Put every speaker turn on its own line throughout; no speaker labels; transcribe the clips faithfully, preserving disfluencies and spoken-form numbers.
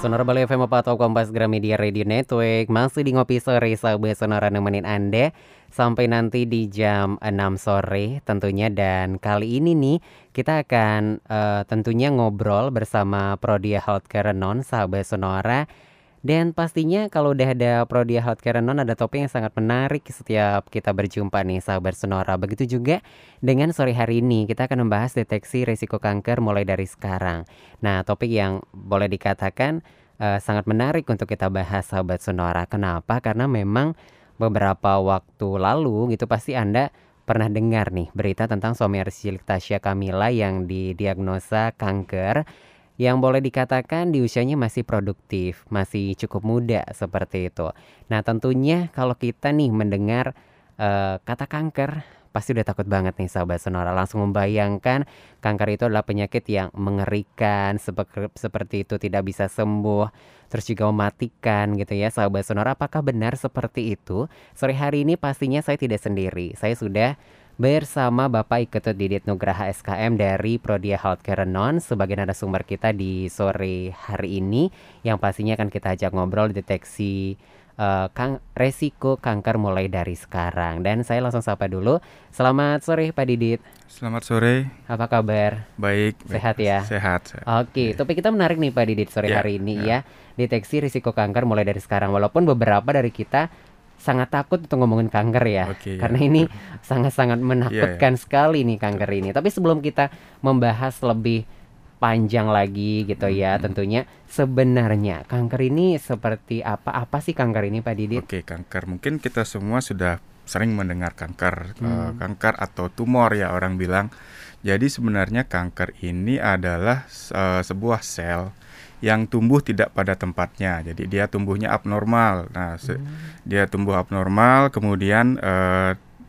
Sonora Bali F M apa atau Kompas Gramedia Radio Network. Masih di Ngopi Sore, sahabat Sonora nemenin Anda sampai nanti di jam enam sore tentunya. Dan kali ini nih kita akan eh, tentunya ngobrol bersama Prodia Healthcare Non, sahabat Sonora. Dan pastinya kalau udah ada Prodia Healthcare Non, ada topik yang sangat menarik setiap kita berjumpa nih, sahabat Sonora. Begitu juga dengan sore hari ini kita akan membahas deteksi risiko kanker mulai dari sekarang. Nah, topik yang boleh dikatakan eh, sangat menarik untuk kita bahas, sahabat Sonora. Kenapa? Karena memang beberapa waktu lalu gitu pasti Anda pernah dengar nih berita tentang suami Arsi Tasya Kamila yang didiagnosa kanker, yang boleh dikatakan di usianya masih produktif, masih cukup muda seperti itu. Nah, tentunya kalau kita nih mendengar eh, kata kanker, pasti udah takut banget nih, sahabat Sonora. Langsung membayangkan kanker itu adalah penyakit yang mengerikan, seperti, seperti itu tidak bisa sembuh, terus juga mematikan gitu ya, sahabat Sonora. Apakah benar seperti itu? Sore hari ini pastinya saya tidak sendiri. Saya sudah bersama Bapak Iketut Didit Nugraha S K M dari Prodia Healthcare Non sebagai narasumber kita di sore hari ini, yang pastinya akan kita ajak ngobrol deteksi uh, kang resiko kanker mulai dari sekarang. Dan saya langsung sapa dulu. Selamat sore Pak Didit.
Selamat sore.
Apa kabar?
Baik.
Sehat
baik.
ya?
Sehat. sehat.
Oke, topik kita menarik nih Pak Didit sore
Ya,
hari ini
ya.
ya. Deteksi risiko kanker mulai dari sekarang. Walaupun beberapa dari kita sangat takut untuk ngomongin kanker ya,
Oke, ya,
karena ini
betul.
sangat-sangat menakutkan
Ya, ya.
sekali nih kanker ini. Tapi sebelum kita membahas lebih panjang lagi gitu ya,
Hmm.
tentunya sebenarnya kanker ini seperti apa? Apa sih kanker ini, Pak Didit?
Oke, kanker. Mungkin kita semua sudah sering mendengar kanker,
Hmm.
eh, kanker atau tumor ya orang bilang. Jadi sebenarnya kanker ini adalah eh, sebuah sel yang tumbuh tidak pada tempatnya. Jadi dia tumbuhnya abnormal. Nah, se- dia tumbuh abnormal, kemudian eh,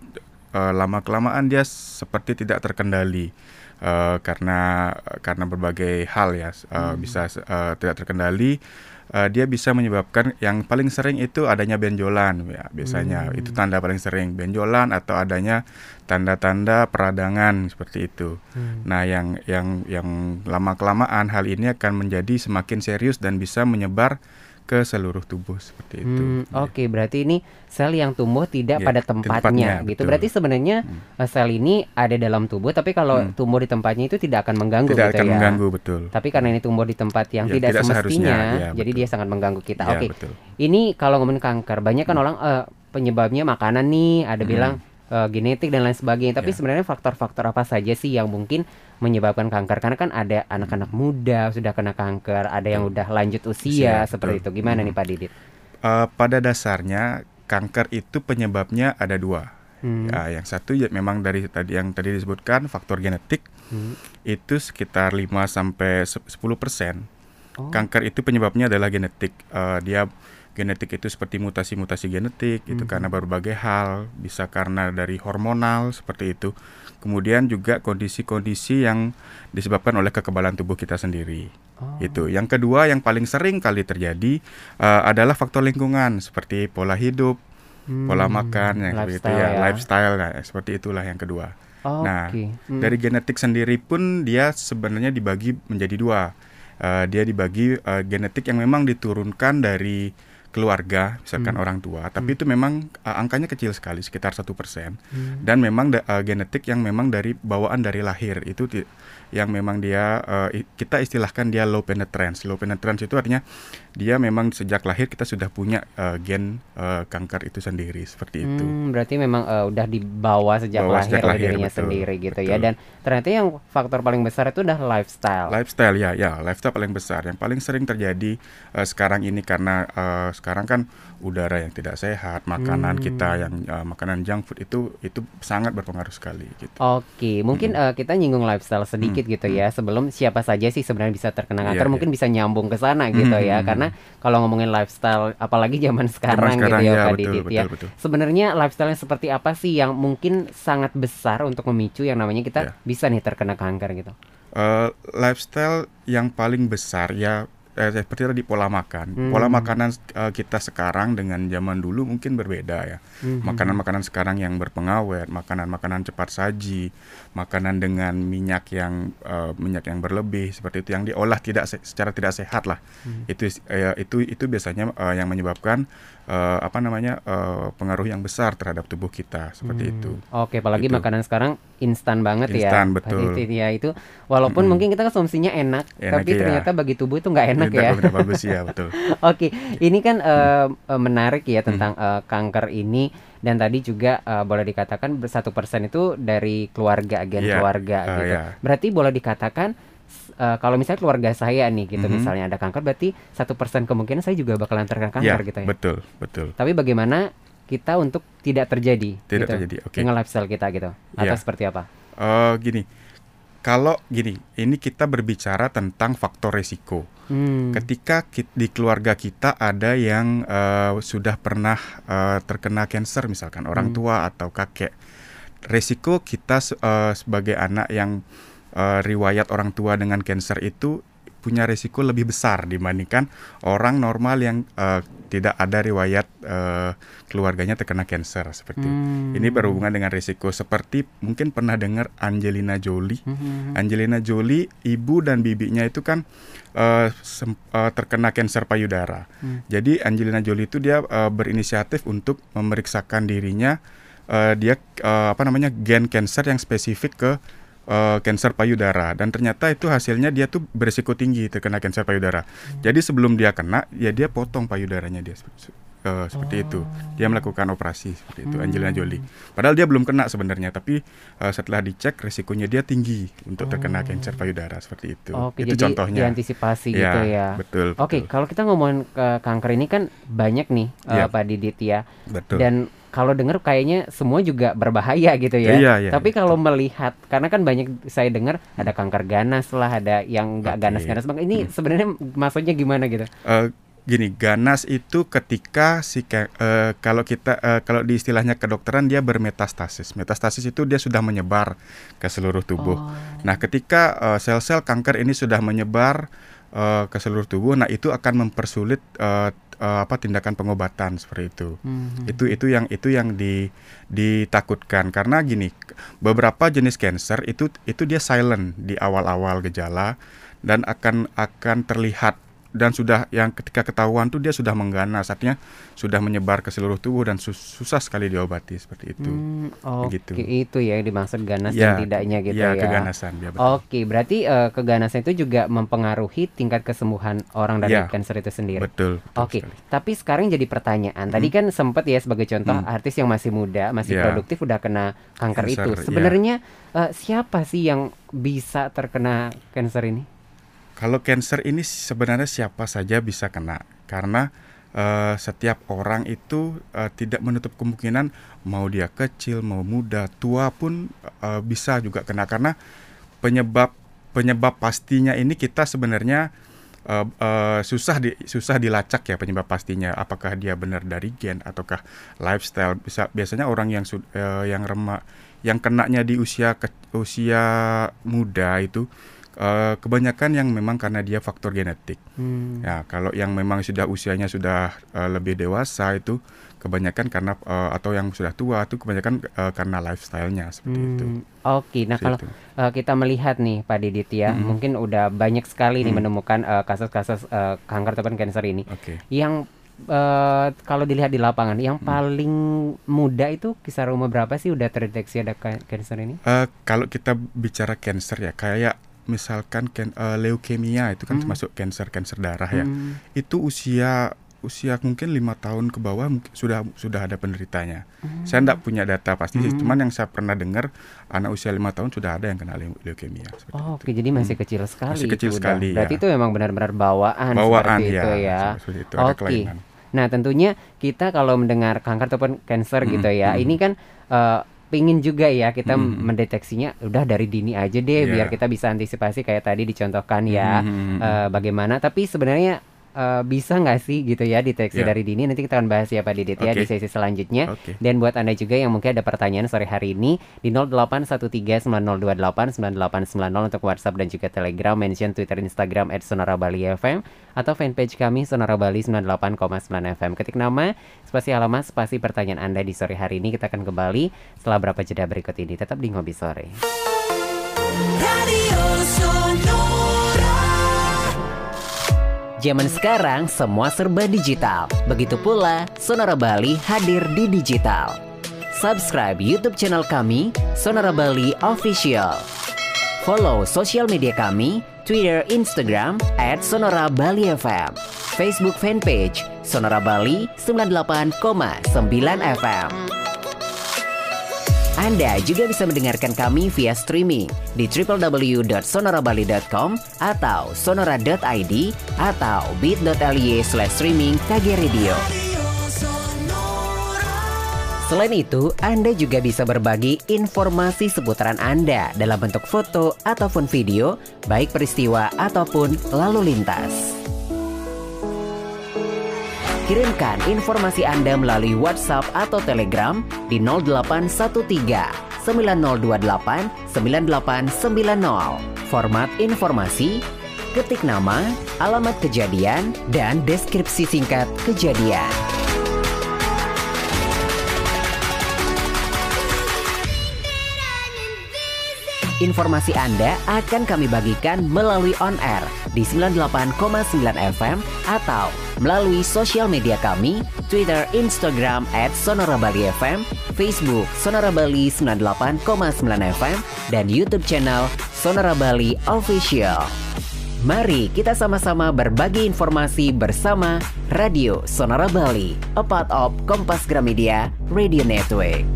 eh, lama-kelamaan dia seperti tidak terkendali. Eh, karena karena berbagai hal ya, eh, bisa eh, tidak terkendali. Eh, dia bisa menyebabkan, yang paling sering itu adanya benjolan ya, biasanya
Hmm.
itu tanda paling sering, benjolan atau adanya tanda-tanda peradangan seperti itu.
Hmm.
Nah, yang yang yang lama-kelamaan hal ini akan menjadi semakin serius dan bisa menyebar ke seluruh tubuh seperti itu.
Hmm,
Ya.
Oke, berarti ini sel yang tumbuh tidak
Ya,
pada
ke
tempatnya,
tempatnya,
gitu.
betul.
Berarti sebenarnya
Hmm.
eh, sel ini ada dalam tubuh, tapi kalau
Hmm.
tumbuh di tempatnya itu tidak akan mengganggu
Tidak
gitu
akan
ya.
mengganggu, betul.
Tapi karena ini tumbuh di tempat yang
Yang
tidak,
tidak seharusnya,
semestinya,
ya,
jadi
betul.
dia sangat mengganggu kita.
Ya,
Oke,
betul.
ini kalau ngomongin kanker, banyak kan
Hmm.
orang eh, penyebabnya makanan nih, ada
Hmm.
bilang eh, genetik dan lain sebagainya. Tapi
Ya.
sebenarnya faktor-faktor apa saja sih yang mungkin menyebabkan kanker? Karena kan ada anak-anak muda sudah kena kanker, ada yang
Betul.
udah lanjut
Usia,
usia seperti
betul.
itu. Gimana
Hmm.
nih Pak Didit?
Eh, pada dasarnya kanker itu penyebabnya ada dua.
Hmm.
Ya, yang satu ya memang dari tadi yang tadi disebutkan faktor genetik,
Hmm.
itu sekitar lima sampai sepuluh persen.
Oh.
Kanker itu penyebabnya adalah genetik. Eh, dia genetik itu seperti mutasi-mutasi genetik itu
Mhm.
karena berbagai hal, bisa karena dari hormonal seperti itu. Kemudian juga kondisi-kondisi yang disebabkan oleh kekebalan tubuh kita sendiri.
Oh.
Itu. Yang kedua yang paling sering kali terjadi eh, adalah faktor lingkungan seperti pola hidup,
Hmm.
pola makan, yang seperti itu
Lifestyle
ya,
ya.
lifestyle, nah, seperti itulah yang kedua. Nah,
Oke. Hmm.
dari genetik sendiri pun dia sebenarnya dibagi menjadi dua. Eh, dia dibagi eh, genetik yang memang diturunkan dari keluarga, misalkan
Hmm.
orang tua, tapi itu memang eh, angkanya kecil sekali, sekitar satu persen.
Hmm.
Dan memang da- eh, genetik yang memang dari bawaan dari lahir itu ti- yang memang dia eh, i- kita istilahkan dia low penetrance. Low penetrance itu artinya dia memang sejak lahir kita sudah punya eh, gen eh, kanker itu sendiri, seperti itu.
Hmm, berarti memang eh, udah dibawa sejak
Bawa
lahir
sejak
oleh
lahir,
dirinya
betul,
sendiri gitu ya.
betul.
Dan ternyata yang faktor paling besar itu udah lifestyle.
Lifestyle ya, ya lifestyle paling besar. Yang paling sering terjadi eh, sekarang ini karena eh, sekarang kan udara yang tidak sehat, makanan
Hmm.
kita yang eh, makanan junk food itu itu sangat berpengaruh sekali. Gitu.
Oke, mungkin
Mm-mm.
eh, kita nyinggung lifestyle sedikit
Hmm,
gitu
hmm.
ya. Sebelum siapa saja sih sebenarnya bisa terkena
Iya,
kanker,
iya.
mungkin bisa nyambung ke sana gitu
Hmm,
ya.
hmm,
Karena kalau ngomongin lifestyle, apalagi zaman sekarang,
sekarang,
gitu ya,
ya,
Pak
betul,
Didit
betul,
ya.
betul.
Sebenarnya lifestyle yang seperti apa sih yang mungkin sangat besar untuk memicu yang namanya kita
Ya.
bisa nih terkena kanker gitu?
Eh, lifestyle yang paling besar ya eh, seperti tadi pola makan.
Hmm.
Pola makanan eh, kita sekarang dengan zaman dulu mungkin berbeda ya.
Hmm.
Makanan-makanan sekarang yang berpengawet, makanan-makanan cepat saji, makanan dengan minyak yang uh, minyak yang berlebih seperti itu yang diolah tidak se- secara tidak sehat lah. Hmm. Itu uh, itu itu biasanya uh, yang menyebabkan uh, apa namanya uh, pengaruh yang besar terhadap tubuh kita seperti
Hmm.
itu.
Oke, apalagi
Itu.
makanan sekarang instan banget ya.
Instan, betul.
Pasti ya itu walaupun
Mm-mm.
mungkin kita konsumsinya enak,
Enak,
tapi
iya.
ternyata bagi tubuh itu nggak enak
Tidak
ya.
benar bagus ya, betul.
Oke, ini kan eh, eh, menarik ya tentang eh, kanker ini, dan tadi juga eh, boleh dikatakan satu persen itu dari keluarga, agen
Iya,
keluarga
eh,
gitu.
ya.
Berarti boleh dikatakan s- eh, kalau misalnya keluarga saya nih gitu,
Mhm.
misalnya ada kanker, berarti satu persen kemungkinan saya juga bakalan terkena kanker
Ya,
gitu ya.
betul, betul.
Tapi bagaimana kita untuk tidak terjadi
Tidak
gitu,
terjadi, oke.
dengan lifestyle kita gitu, atau
Iya.
seperti apa?
Eh, gini, kalau gini, ini kita berbicara tentang faktor resiko.
Hmm.
Ketika ki- di keluarga kita ada yang eh, sudah pernah eh, terkena kanker, misalkan orang
Hmm.
tua atau kakek, resiko kita se- eh, sebagai anak yang eh, riwayat orang tua dengan kanker itu punya resiko lebih besar dibandingkan orang normal yang eh, tidak ada riwayat eh, keluarganya terkena kanker seperti itu.
Hmm.
Ini berhubungan dengan risiko seperti mungkin pernah dengar Angelina Jolie.
Hmm.
Angelina Jolie, ibu dan bibinya itu kan uh, sem- uh, terkena kanker payudara.
Hmm.
Jadi Angelina Jolie itu dia uh, berinisiatif untuk memeriksakan dirinya, uh, dia uh, apa namanya gen kanker yang spesifik ke uh, kanker payudara, dan ternyata itu hasilnya dia tuh berisiko tinggi terkena kanker payudara. Hmm. Jadi sebelum dia kena, ya dia potong payudaranya dia. Uh, seperti oh. itu, dia melakukan operasi seperti itu, hmm. Angelina Jolie. Padahal dia belum kena sebenarnya, tapi uh, setelah dicek resikonya dia tinggi untuk terkena oh. kanker payudara seperti itu.
Oke,
itu
jadi
contohnya.
Diantisipasi
ya,
gitu ya.
Betul.
Oke,
betul.
kalau kita ngomongin ke kanker ini kan banyak nih,
ya.
uh, Pak Didit ya.
Betul.
Dan kalau dengar kayaknya semua juga berbahaya gitu ya.
Iya, iya,
Tapi
betul.
kalau melihat, karena kan banyak saya dengar ada kanker ganas lah, ada yang nggak
okay.
ganas-ganas. Bang, ini
hmm.
sebenarnya maksudnya gimana gitu?
Uh, Gini, ganas itu ketika si uh, kalau kita uh, kalau di istilahnya kedokteran dia bermetastasis. Metastasis itu dia sudah menyebar ke seluruh tubuh. Oh. Nah, ketika uh, sel-sel kanker ini sudah menyebar uh, ke seluruh tubuh, nah itu akan mempersulit uh, uh, apa tindakan pengobatan seperti itu. Mm-hmm. Itu itu yang itu yang di ditakutkan, karena gini, beberapa jenis kanker itu itu dia silent di awal-awal gejala dan akan akan terlihat, dan sudah yang ketika ketahuan tuh dia sudah mengganas, artinya sudah menyebar ke seluruh tubuh dan sus- susah sekali diobati seperti itu.
Hmm, Oke,
gitu.
Itu ya yang dimaksud ganas
ya,
dan tidaknya gitu
ya.
Ya.
Keganasan. Ya,
Oke, berarti uh, keganasan itu juga mempengaruhi tingkat kesembuhan orang dari
ya,
kanker itu sendiri.
Betul. betul
Oke,
sekali.
tapi sekarang jadi pertanyaan. Tadi hmm. kan sempat ya sebagai contoh hmm. artis yang masih muda, masih
ya.
produktif udah kena kanker
Cancer,
itu. Sebenarnya
ya.
uh, siapa sih yang bisa terkena kanker ini?
Kalau kanker ini sebenarnya siapa saja bisa kena, karena uh, setiap orang itu uh, tidak menutup kemungkinan mau dia kecil, mau muda, tua pun uh, bisa juga kena, karena penyebab penyebab pastinya ini kita sebenarnya uh, uh, susah di, susah dilacak ya penyebab pastinya. Apakah dia benar dari gen ataukah lifestyle? Bisa biasanya orang yang uh, yang remah yang kenanya di usia ke, usia muda itu Uh, kebanyakan yang memang karena dia faktor genetik. Hmm. Ya, kalau yang memang sudah usianya sudah uh, lebih dewasa itu kebanyakan karena uh, atau yang sudah tua itu kebanyakan uh, karena lifestyle-nya seperti hmm. itu.
Oke, okay. Nah kalau uh, kita melihat nih Pak Didit ya, hmm. mungkin udah banyak sekali hmm. nih menemukan uh, kasus-kasus uh, kanker ataupun kanker ini.
Okay.
Yang uh, kalau dilihat di lapangan, yang hmm. paling muda itu kisar umur berapa sih udah terdeteksi ada kanker ini?
Uh, kalau kita bicara kanker ya, kayak misalkan ken, uh, leukemia itu kan hmm. termasuk kanker kanker darah ya. Hmm. Itu usia usia mungkin lima tahun ke bawah mungkin sudah sudah ada penderitanya. Hmm. Saya enggak punya data pasti, hmm. cuman yang saya pernah dengar anak usia lima tahun sudah ada yang kena leukemia.
Oh, oke, jadi masih hmm. kecil sekali.
Masih kecil
itu
sekali.
Berarti
Ya.
itu memang benar-benar bawaan,
bawaan
seperti
ya,
itu ya.
Seperti itu, ada
Oke. Nah, tentunya kita kalau mendengar kanker ataupun kanker hmm. gitu ya, hmm. ini kan uh, pingin juga ya kita hmm. mendeteksinya udah dari dini aja deh, yeah. biar kita bisa antisipasi kayak tadi dicontohkan ya, hmm. uh, bagaimana. Tapi sebenarnya uh, bisa nggak sih gitu ya deteksi yeah. dari dini? Nanti kita akan bahas ya Pak Didit okay. ya di sesi selanjutnya.
Okay.
Dan buat Anda juga yang mungkin ada pertanyaan sore hari ini di nol delapan satu tiga sembilan nol dua delapan sembilan delapan sembilan nol untuk WhatsApp dan juga Telegram, mention Twitter, Instagram et sonora bali f m atau fanpage kami Sonora Bali sembilan puluh delapan koma sembilan F M. Ketik nama, spasi alamat, spasi pertanyaan Anda di sore hari ini. Kita akan kembali setelah berapa jeda berikut ini. Tetap di Ngopi Sore. Zaman sekarang semua serba digital. Begitu pula Sonora Bali hadir di digital. Subscribe YouTube channel kami, Sonora Bali Official. Follow sosial media kami, Twitter, Instagram, at Sonora Bali F M. Facebook fanpage, Sonora Bali sembilan puluh delapan koma sembilan F M. Anda juga bisa mendengarkan kami via streaming di w w w dot sonora bali dot com atau sonora dot i d atau bit.ly slash streaming K G Radio. Selain itu, Anda juga bisa berbagi informasi seputaran Anda dalam bentuk foto ataupun video, baik peristiwa ataupun lalu lintas. Kirimkan informasi Anda melalui WhatsApp atau Telegram di nol delapan satu tiga sembilan nol dua delapan sembilan delapan sembilan nol. Format informasi, ketik nama, alamat kejadian, dan deskripsi singkat kejadian. Informasi Anda akan kami bagikan melalui on air di sembilan puluh delapan koma sembilan F M atau melalui sosial media kami, Twitter, Instagram at Sonora Bali F M, Facebook Sonora Bali sembilan puluh delapan koma sembilan F M, dan YouTube channel Sonora Bali Official. Mari kita sama-sama berbagi informasi bersama Radio Sonora Bali, a part of Kompas Gramedia Radio Network.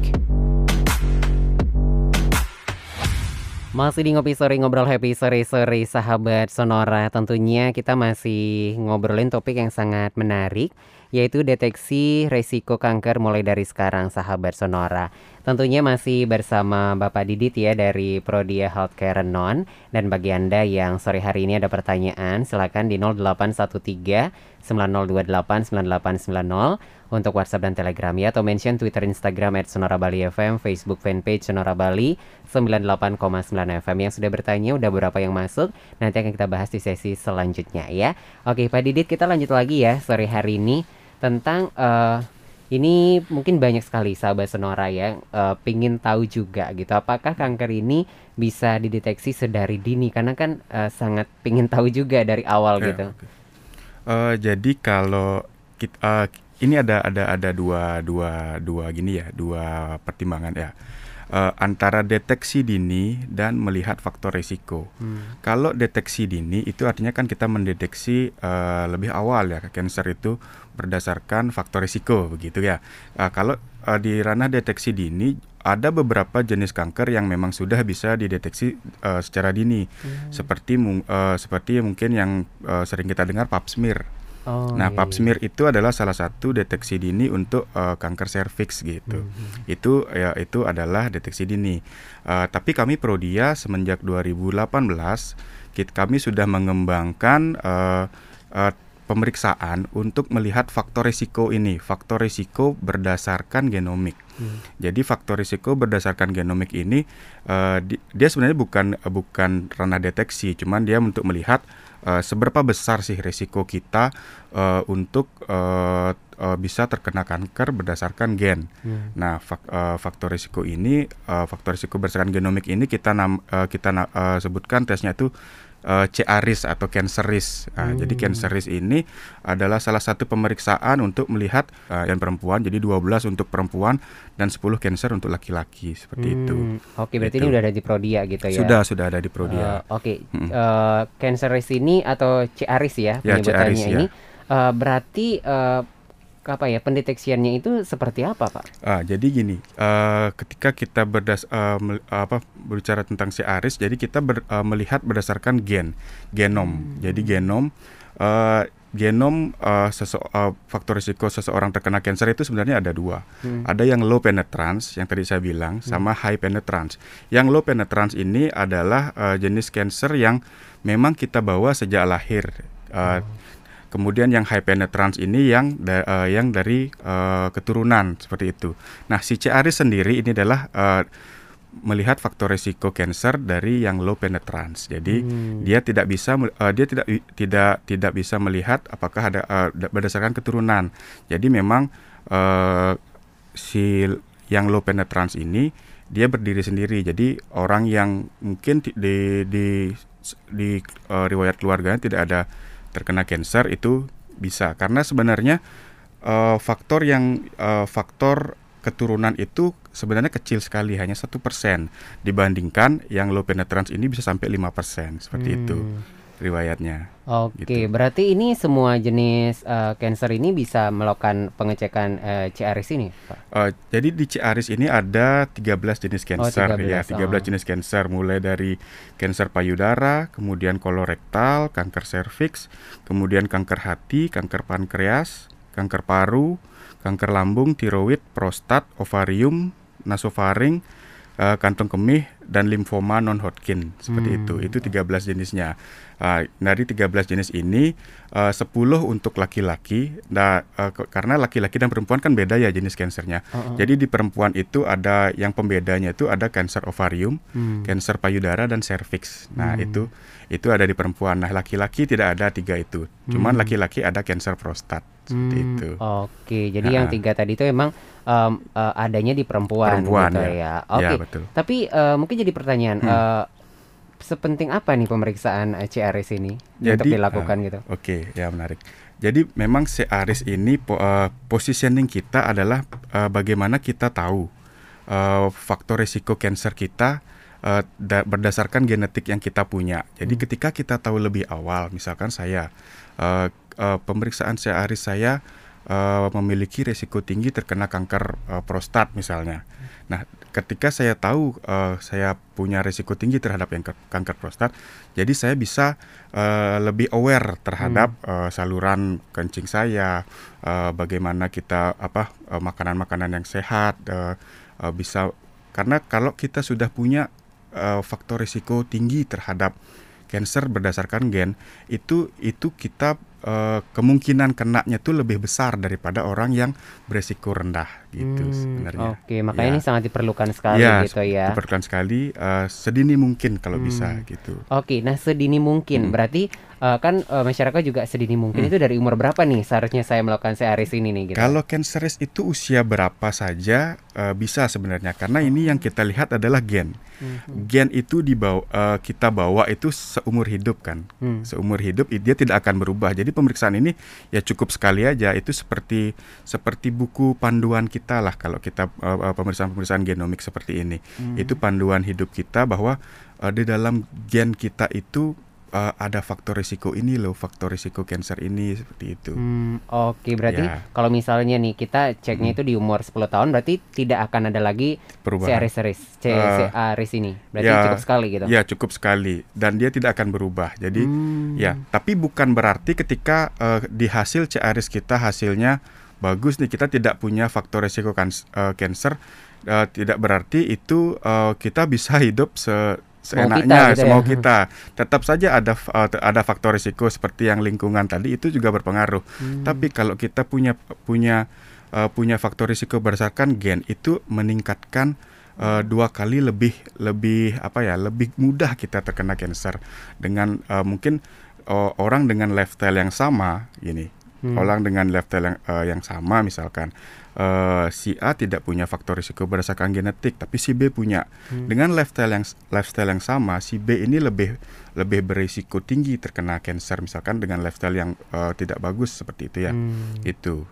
Masih di Ngopi Sore, ngobrol happy sore-sore sahabat Sonora. Tentunya kita masih ngobrolin topik yang sangat menarik, yaitu deteksi resiko kanker mulai dari sekarang sahabat Sonora. Tentunya masih bersama Bapak Didit ya dari Prodia Healthcare Non. Dan bagi Anda yang sore hari ini ada pertanyaan, silakan di nol delapan satu tiga sembilan nol dua delapan sembilan delapan sembilan nol untuk WhatsApp dan Telegram ya, atau mention Twitter, Instagram at Sonora Bali F M, Facebook fanpage Sonora Bali sembilan puluh delapan koma sembilan F M. Yang sudah bertanya udah beberapa yang masuk, nanti akan kita bahas di sesi selanjutnya ya. Oke Pak Didit, kita lanjut lagi ya sore hari ini tentang uh, ini mungkin banyak sekali sahabat Sonora yang uh, pingin tahu juga gitu, apakah kanker ini bisa dideteksi sedari dini, karena kan uh, sangat pingin tahu juga dari awal ya, gitu.
Okay. Uh, jadi kalau kita, uh, ini ada ada ada dua dua dua gini ya, dua pertimbangan ya. Uh, antara deteksi dini dan melihat faktor risiko. Hmm. Kalau deteksi dini itu artinya kan kita mendeteksi uh, lebih awal ya, kanker itu berdasarkan faktor risiko begitu ya. Uh, kalau uh, di ranah deteksi dini ada beberapa jenis kanker yang memang sudah bisa dideteksi uh, secara dini, hmm. seperti uh, seperti mungkin yang uh, sering kita dengar pap smear. Oh, nah, iya, pap smear iya. itu adalah salah satu deteksi dini untuk uh, kanker serviks gitu. Mm-hmm. Itu ya itu adalah deteksi dini. Uh, tapi kami Prodia semenjak dua ribu delapan belas kita, kami sudah mengembangkan uh, uh, pemeriksaan untuk melihat faktor risiko ini, faktor risiko berdasarkan genomik. Hmm. Jadi faktor risiko berdasarkan genomik ini uh, di, dia sebenarnya bukan uh, bukan ranah deteksi, cuman dia untuk melihat uh, seberapa besar sih risiko kita uh, untuk uh, uh, bisa terkena kanker berdasarkan gen. Hmm. Nah, fak, uh, faktor risiko ini, uh, faktor risiko berdasarkan genomik ini kita nam, uh, kita uh, sebutkan tesnya itu Uh, C A R I S atau cancer risk. Nah, hmm. Jadi cancer risk ini adalah salah satu pemeriksaan untuk melihat uh, yang perempuan. Jadi dua belas untuk perempuan dan sepuluh cancer untuk laki-laki seperti hmm. itu.
Oke, berarti gitu. Ini udah ada di Prodia gitu ya.
Sudah, sudah ada di Prodia.
Uh, Oke, hmm. uh, cancer risk ini atau C A R I S ya,
ya
penyebutannya
C A R I S,
ini.
Ya.
Uh, berarti uh, apa ya pendeteksiannya itu seperti apa, Pak?
Ah, jadi gini, uh, ketika kita berdas uh, mel, apa berbicara tentang C A R I S, jadi kita ber, uh, melihat berdasarkan gen, genom. Hmm. Jadi genom, uh, genom uh, sese- uh, faktor risiko seseorang terkena kanker itu sebenarnya ada dua. Hmm. Ada yang low penetrance, yang tadi saya bilang, hmm. sama high penetrance. Yang low penetrance ini adalah uh, jenis kanker yang memang kita bawa sejak lahir. Uh, hmm. Kemudian yang high penetrance ini yang da, uh, yang dari uh, keturunan seperti itu. Nah, si C A R I S sendiri ini adalah uh, melihat faktor risiko kanker dari yang low penetrance. Jadi hmm. dia tidak bisa uh, dia tidak tidak tidak bisa melihat apakah ada uh, berdasarkan keturunan. Jadi memang uh, si yang low penetrance ini dia berdiri sendiri. Jadi orang yang mungkin di di di uh, riwayat keluarganya tidak ada terkena cancer itu bisa. Karena sebenarnya uh, faktor yang uh, faktor keturunan itu sebenarnya kecil sekali, hanya satu persen dibandingkan yang low penetrance ini bisa sampai lima persen seperti
Hmm.
itu riwayatnya.
Oke,
Gitu.
berarti ini semua jenis uh, cancer ini bisa melakukan pengecekan uh, C R S ini, Pak?
Uh, jadi di Ciaris ini ada tiga belas jenis
Oh,
cancer
tiga
ya,
belas.
tiga belas
Oh.
jenis cancer mulai dari kanker payudara, kemudian kolorektal, kanker serviks, kemudian kanker hati, kanker pankreas, kanker paru, kanker lambung, tiroid, prostat, ovarium, nasofaring, uh, kantong kemih, dan limfoma non-Hodgkin seperti
Hmm.
itu. Itu tiga belas jenisnya. Uh, dari tiga belas jenis ini uh, sepuluh untuk laki-laki. Nah, uh, ke- karena laki-laki dan perempuan kan beda ya jenis kansernya.
Oh, oh.
Jadi di perempuan itu ada yang pembedanya itu ada kanker ovarium,
Hmm.
kanker payudara, dan serviks. Nah,
Hmm.
itu itu ada di perempuan. Nah, laki-laki tidak ada tiga itu. Cuman
Hmm.
laki-laki ada kanker prostat seperti
Hmm,
itu.
Oke, jadi yang
Ha-ha.
tiga tadi itu emang um, uh, adanya di perempuan,
Perempuan
gitu
ya.
ya.
Ya,
Oke,
betul.
tapi uh, mungkin jadi pertanyaan,
Hmm.
uh, sepenting apa nih pemeriksaan uh, C R S ini untuk
Jadi,
dilakukan
uh,
gitu?
oke, ya menarik. Jadi memang C R S ini po- uh, positioning kita adalah uh, bagaimana kita tahu uh, faktor risiko kanker kita uh, da- berdasarkan genetik yang kita punya. Jadi
Hmm.
ketika kita tahu lebih awal, misalkan saya uh, uh, pemeriksaan C R S saya uh, memiliki risiko tinggi terkena kanker uh, prostat misalnya. Nah, ketika saya tahu uh, saya punya risiko tinggi terhadap yang kanker prostat, jadi saya bisa uh, lebih aware terhadap uh, saluran kencing saya, uh, bagaimana kita apa uh, makanan-makanan yang sehat, uh, uh, bisa karena kalau kita sudah punya uh, faktor risiko tinggi terhadap kanker berdasarkan gen, itu itu kita uh, kemungkinan kenanya tuh lebih besar daripada orang yang beresiko rendah gitu
Hmm,
sebenarnya.
Oke, makanya
Ya.
ini sangat diperlukan sekali
Ya,
gitu ya.
diperlukan sekali uh, sedini mungkin kalau bisa
Hmm.
gitu.
Oke, nah sedini mungkin
Mm-mm.
berarti uh, kan uh, masyarakat juga sedini mungkin
Mm.
itu dari umur berapa nih seharusnya saya melakukan C R S ini nih gitu?
Kalau cancer itu usia berapa saja uh, bisa sebenarnya karena ini yang kita lihat adalah gen.
Mhm.
Gen itu dibawa uh, kita bawa itu seumur hidup kan.
Hmm.
Seumur hidup i- dia tidak akan berubah. Jadi pemeriksaan ini ya cukup sekali aja. Itu seperti seperti buku panduan kita lah kalau kita uh, uh, pemeriksaan-pemeriksaan genomik seperti ini.
Hmm.
Itu panduan hidup kita bahwa uh, di dalam gen kita itu uh, ada faktor risiko ini loh, faktor risiko kanker ini seperti itu.
Hmm, oke, berarti
Ya.
kalau misalnya nih kita ceknya
Mm.
itu di umur sepuluh tahun berarti tidak akan ada lagi
Perubahan.
C R S C
Eh,
R S ini. Berarti
ya,
cukup sekali gitu.
Ya cukup sekali dan dia tidak akan berubah. Jadi
Hmm.
ya, tapi bukan berarti ketika uh, di hasil C R S kita hasilnya bagus nih, kita tidak punya faktor risiko kans- uh, kanker, uh, tidak berarti itu uh, kita bisa hidup se seenaknya
kita gitu
semau
ya.
kita. Tetap saja ada f- uh, te- ada faktor risiko seperti yang lingkungan tadi itu juga berpengaruh.
Hmm.
Tapi kalau kita punya punya uh, punya faktor risiko berdasarkan gen itu meningkatkan uh, dua kali lebih lebih apa ya lebih mudah kita terkena kanker dengan uh, mungkin uh, orang dengan lifestyle yang sama gini.
Hmm.
Orang dengan lifestyle yang, uh, yang sama misalkan uh, si A tidak punya faktor risiko berdasarkan genetik tapi si B punya.
Hmm.
Dengan lifestyle yang lifestyle yang sama si B ini lebih lebih berisiko tinggi terkena kanker misalkan dengan lifestyle yang uh, tidak bagus seperti itu ya.
Hmm.
Itu.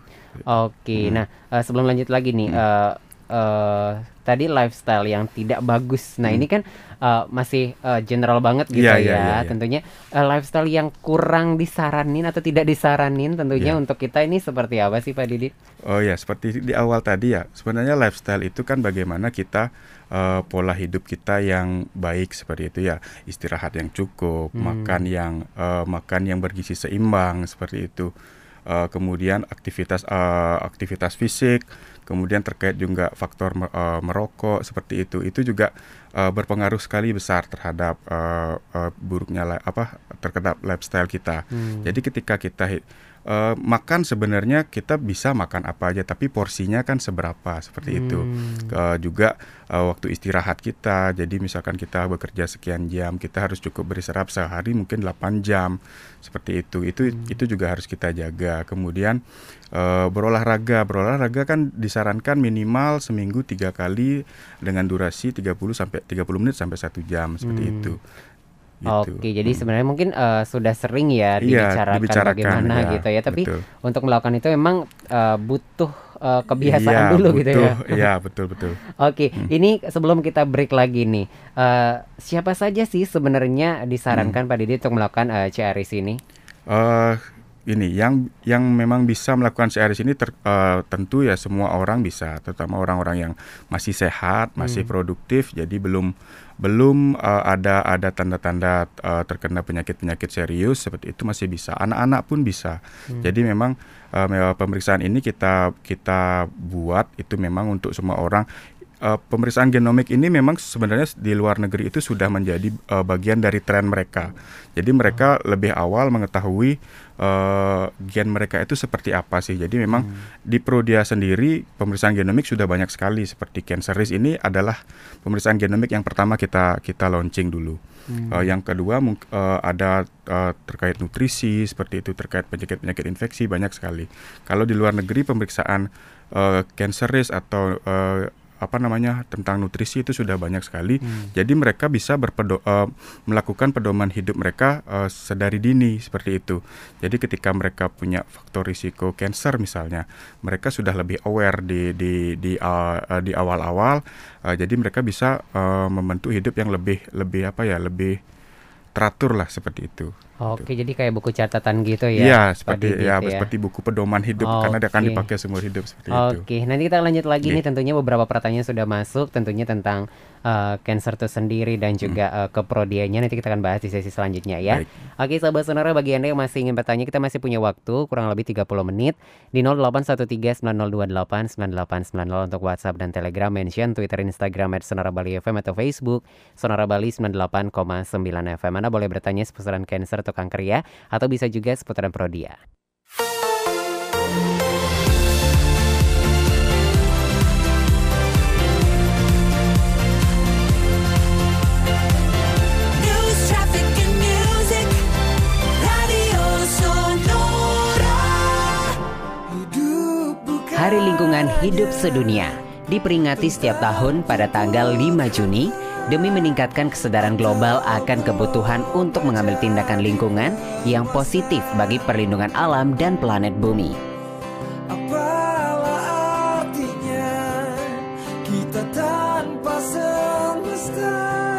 Oke,
Hmm.
nah uh, sebelum lanjut lagi nih,
Hmm.
uh, uh, tadi lifestyle yang tidak bagus. Nah
Hmm.
ini kan uh, masih uh, general banget gitu
Iya,
ya.
iya, iya, iya.
Tentunya uh, lifestyle yang kurang disaranin atau tidak disaranin tentunya
Iya.
untuk kita ini seperti apa sih Pak Didit?
Oh ya, seperti di awal tadi ya. Sebenarnya lifestyle itu kan bagaimana kita uh, pola hidup kita yang baik seperti itu ya. Istirahat yang cukup,
Hmm.
makan yang uh, makan yang bergizi seimbang seperti itu. Uh, kemudian aktivitas uh, aktivitas fisik, kemudian terkait juga faktor me- uh, merokok seperti itu. Itu juga uh, berpengaruh sekali besar terhadap uh, uh, buruknya li- apa terhadap lifestyle kita.
Hmm.
Jadi ketika kita hi- uh, makan sebenarnya kita bisa makan apa aja, tapi porsinya kan seberapa seperti itu.
Hmm.
Uh, juga uh, waktu istirahat kita. Jadi misalkan kita bekerja sekian jam, kita harus cukup beristirahat sehari mungkin delapan jam seperti itu. Itu
Hmm.
itu juga harus kita jaga. Kemudian uh, berolahraga, berolahraga kan disarankan minimal seminggu tiga kali dengan durasi tiga puluh sampai tiga puluh menit sampai satu jam seperti
Hmm.
itu. gitu.
Oke, jadi
Hmm.
sebenarnya mungkin uh, sudah sering ya
Iya,
dibicarakan
dibicarakan
bagaimana
ya,
gitu ya. Tapi
betul.
untuk melakukan itu memang uh, butuh uh, kebiasaan
Iya,
dulu gitu
butuh,
ya.
iya betul betul.
Oke,
Hmm.
ini sebelum kita break lagi nih, uh, siapa saja sih sebenarnya
Hmm.
disarankan Pak Didi untuk melakukan uh, C R I S ini?
Eh, ini yang yang memang bisa melakukan C R I S ini ter, eh, tentu ya semua orang bisa, terutama orang-orang yang masih sehat, masih
Hmm.
produktif, jadi belum belum eh, ada ada tanda-tanda eh, terkena penyakit-penyakit serius seperti itu masih bisa. Anak-anak pun bisa.
Hmm.
Jadi memang eh, me- pemeriksaan ini kita kita buat itu memang untuk semua orang. Uh, pemeriksaan genomik ini memang sebenarnya di luar negeri itu sudah menjadi uh, bagian dari tren mereka. Jadi mereka lebih awal mengetahui uh, gen mereka itu seperti apa sih. Jadi memang
Hmm.
di Prodia sendiri pemeriksaan genomik sudah banyak sekali. Seperti Cancer Risk ini adalah pemeriksaan genomik yang pertama kita kita launching dulu.
Hmm.
Uh, yang kedua mung- uh, ada uh, terkait nutrisi seperti itu, terkait penyakit-penyakit infeksi banyak sekali. Kalau di luar negeri pemeriksaan uh, Cancer Risk atau uh, apa namanya tentang nutrisi itu sudah banyak sekali.
Hmm.
Jadi mereka bisa berpedo, uh, melakukan pedoman hidup mereka uh, sedari dini seperti itu. Jadi ketika mereka punya faktor risiko cancer misalnya, mereka sudah lebih aware di di di uh, uh, di awal-awal. Uh, jadi mereka bisa uh, membentuk hidup yang lebih lebih apa ya lebih teratur lah seperti itu.
Oke, jadi kayak buku catatan gitu ya,
Iya,
Pak
seperti
Didi
ya
itu ya.
seperti buku pedoman hidup karena dia akan
Oke.
dipakai seumur hidup seperti itu.
Oke, nanti kita lanjut lagi
Oke.
nih, tentunya beberapa pertanyaan sudah masuk, tentunya tentang uh, cancer itu sendiri dan juga uh, keprodianya nanti kita akan bahas di sesi selanjutnya ya.
Baik.
Oke, sahabat Sonora, bagi Anda yang masih ingin bertanya, kita masih punya waktu kurang lebih tiga puluh menit di nol delapan satu tiga sembilan nol dua delapan sembilan delapan sembilan nol untuk WhatsApp dan Telegram, mention Twitter, Instagram at Sonora Bali F M atau Facebook Sonora Bali sembilan puluh delapan koma sembilan F M. Anda boleh bertanya seputaran cancer atau kanker ya, atau bisa juga seputaran Prodia.
News, traffic, and music. Radio Sonora. Hidup bukan
Hari Lingkungan Hidup Sedunia diperingati setiap tahun pada tanggal lima Juni demi meningkatkan kesadaran global akan kebutuhan untuk mengambil tindakan lingkungan yang positif bagi perlindungan alam dan planet bumi.
apalah artinya kita tanpa semesta.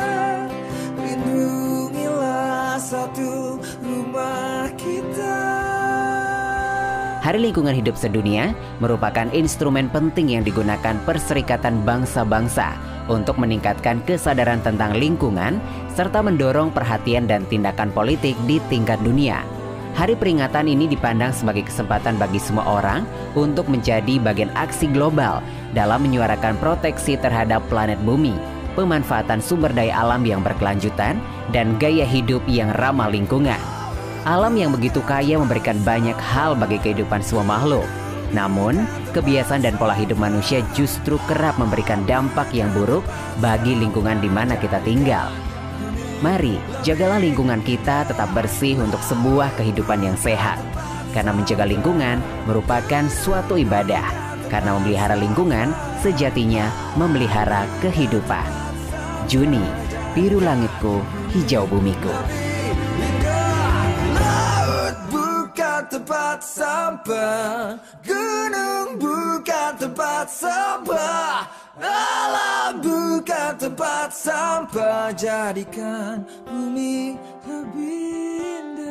Lindungilah satu rumah kita.
Hari Lingkungan Hidup Sedunia merupakan instrumen penting yang digunakan Perserikatan Bangsa-Bangsa untuk meningkatkan kesadaran tentang lingkungan serta mendorong perhatian dan tindakan politik di tingkat dunia. Hari peringatan ini dipandang sebagai kesempatan bagi semua orang untuk menjadi bagian aksi global dalam menyuarakan proteksi terhadap planet bumi, pemanfaatan sumber daya alam yang berkelanjutan, dan gaya hidup yang ramah lingkungan. Alam yang begitu kaya memberikan banyak hal bagi kehidupan semua makhluk. Namun, kebiasaan dan pola hidup manusia justru kerap memberikan dampak yang buruk bagi lingkungan di mana kita tinggal. Mari, jagalah lingkungan kita tetap bersih untuk sebuah kehidupan yang sehat. Karena menjaga lingkungan merupakan suatu ibadah. Karena memelihara lingkungan sejatinya memelihara kehidupan. Juni, biru langitku, hijau bumiku.
Laut bukan tempat sampah, gunung bukan tempat sampah, alam bukan tempat sampah, jadikan bumi lebih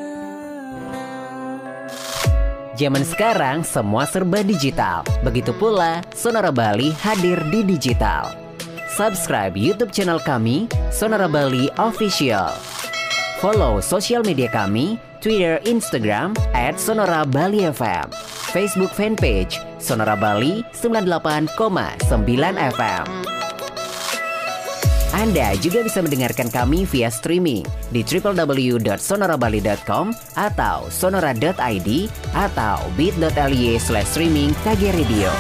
indah.
Zaman sekarang semua serba digital. Begitu pula Sonora Bali hadir di digital. Subscribe YouTube channel kami, Sonora Bali Official. Follow sosial media kami, Twitter, Instagram, at Sonora Bali F M. Facebook fanpage, Sonora Bali sembilan puluh delapan koma sembilan F M. Anda juga bisa mendengarkan kami via streaming di w w w dot sonora bali dot com atau sonora dot i d atau bit.ly slash streaming K G Radio.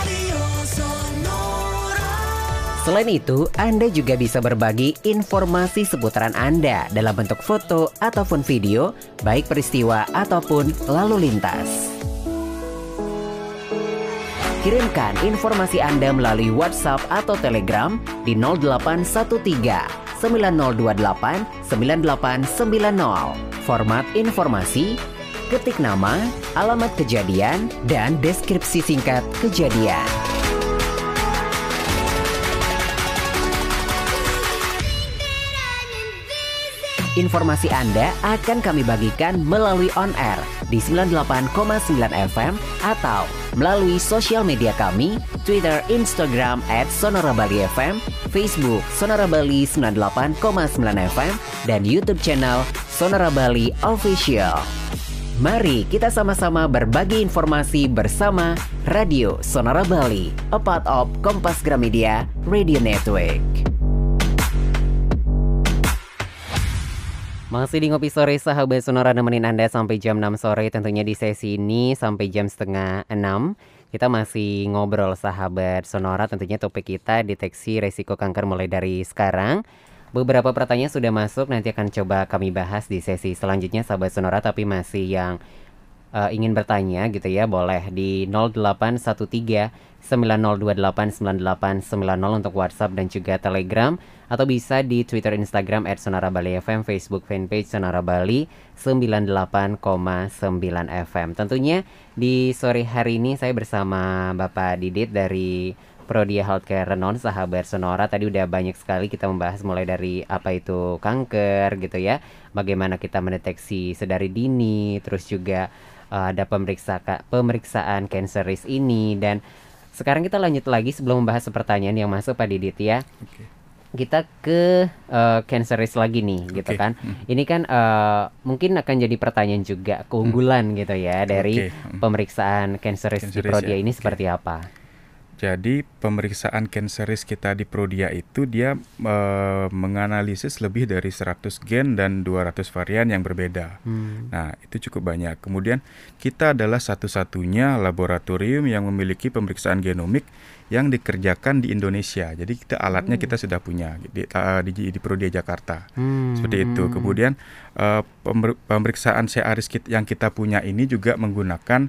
Selain itu, Anda juga bisa berbagi informasi seputaran Anda dalam bentuk foto ataupun video, baik peristiwa ataupun lalu lintas. Kirimkan informasi Anda melalui WhatsApp atau Telegram di nol delapan satu tiga sembilan nol dua delapan sembilan delapan sembilan nol. Format informasi, ketik nama, alamat kejadian, dan deskripsi singkat kejadian. Informasi Anda akan kami bagikan melalui on air di sembilan puluh delapan koma sembilan F M atau melalui sosial media kami, Twitter, Instagram at Sonora Bali F M, Facebook Sonora Bali sembilan puluh delapan koma sembilan F M, dan YouTube channel Sonora Bali Official. Mari kita sama-sama berbagi informasi bersama Radio Sonora Bali, a part of Kompas Gramedia Radio Network. Masih di Ngopi Sore, sahabat Sonora, nemenin Anda sampai jam enam sore. Tentunya di sesi ini sampai jam setengah enam kita masih ngobrol, sahabat Sonora. Tentunya topik kita deteksi resiko kanker mulai dari sekarang. Beberapa pertanyaan sudah masuk, nanti akan coba kami bahas di sesi selanjutnya, sahabat Sonora. Tapi masih yang uh, ingin bertanya gitu ya, boleh di nol delapan satu tiga sembilan nol dua delapan sembilan delapan sembilan nol untuk WhatsApp dan juga Telegram. Atau bisa di Twitter, Instagram at Sonora Bali F M, Facebook fanpage Sonora Bali sembilan puluh delapan koma sembilan F M. Tentunya di sore hari ini saya bersama Bapak Didit dari Prodi Healthcare Renon, sahabat Sonora. Tadi udah banyak sekali kita membahas mulai dari apa itu kanker gitu ya, bagaimana kita mendeteksi sedari dini, terus juga uh, ada pemeriksa pemeriksaan cancer risk ini. Dan sekarang kita lanjut lagi sebelum membahas pertanyaan yang masuk, Pak Didit ya. Oke. Kita ke uh, cancer risk lagi nih, gitu okay. kan. Hmm. Ini kan uh, mungkin akan jadi pertanyaan juga, keunggulan hmm. gitu ya dari okay. hmm. pemeriksaan cancer risk cancer di Prodia ya. Ini okay. seperti apa?
Jadi pemeriksaan cancer risk kita di Prodia itu dia uh, menganalisis lebih dari seratus gen dan dua ratus varian yang berbeda. Hmm. Nah, itu cukup banyak. Kemudian kita adalah satu-satunya laboratorium yang memiliki pemeriksaan genomik yang dikerjakan di Indonesia. Jadi kita alatnya hmm. kita sudah punya di, uh, di, di Prodia Jakarta. Hmm. Seperti itu. Kemudian uh, pemer, pemeriksaan C A risk yang kita punya ini juga menggunakan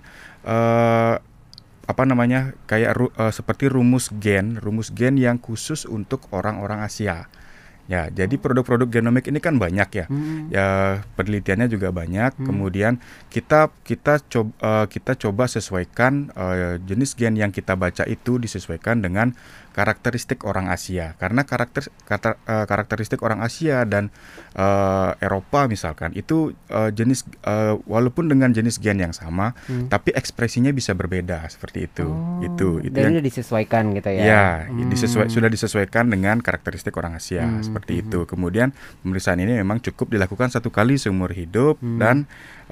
uh, apa namanya kayak ru, uh, seperti rumus gen, rumus gen yang khusus untuk orang-orang Asia. Ya, jadi produk-produk genomik ini kan banyak ya. Hmm. Ya, penelitiannya juga banyak. Hmm. Kemudian kita kita coba uh, kita coba sesuaikan uh, jenis gen yang kita baca itu disesuaikan dengan karakteristik orang Asia. Karena karakter kata, uh, karakteristik orang Asia dan uh, Eropa misalkan itu uh, jenis uh, walaupun dengan jenis gen yang sama, hmm. tapi ekspresinya bisa berbeda seperti itu.
Oh,
itu itu
dan
yang
udah disesuaikan gitu ya.
Ya,
hmm.
disesuai, sudah disesuaikan dengan karakteristik orang Asia. Hmm. Seperti itu. Kemudian pemeriksaan ini memang cukup dilakukan satu kali seumur hidup. hmm. Dan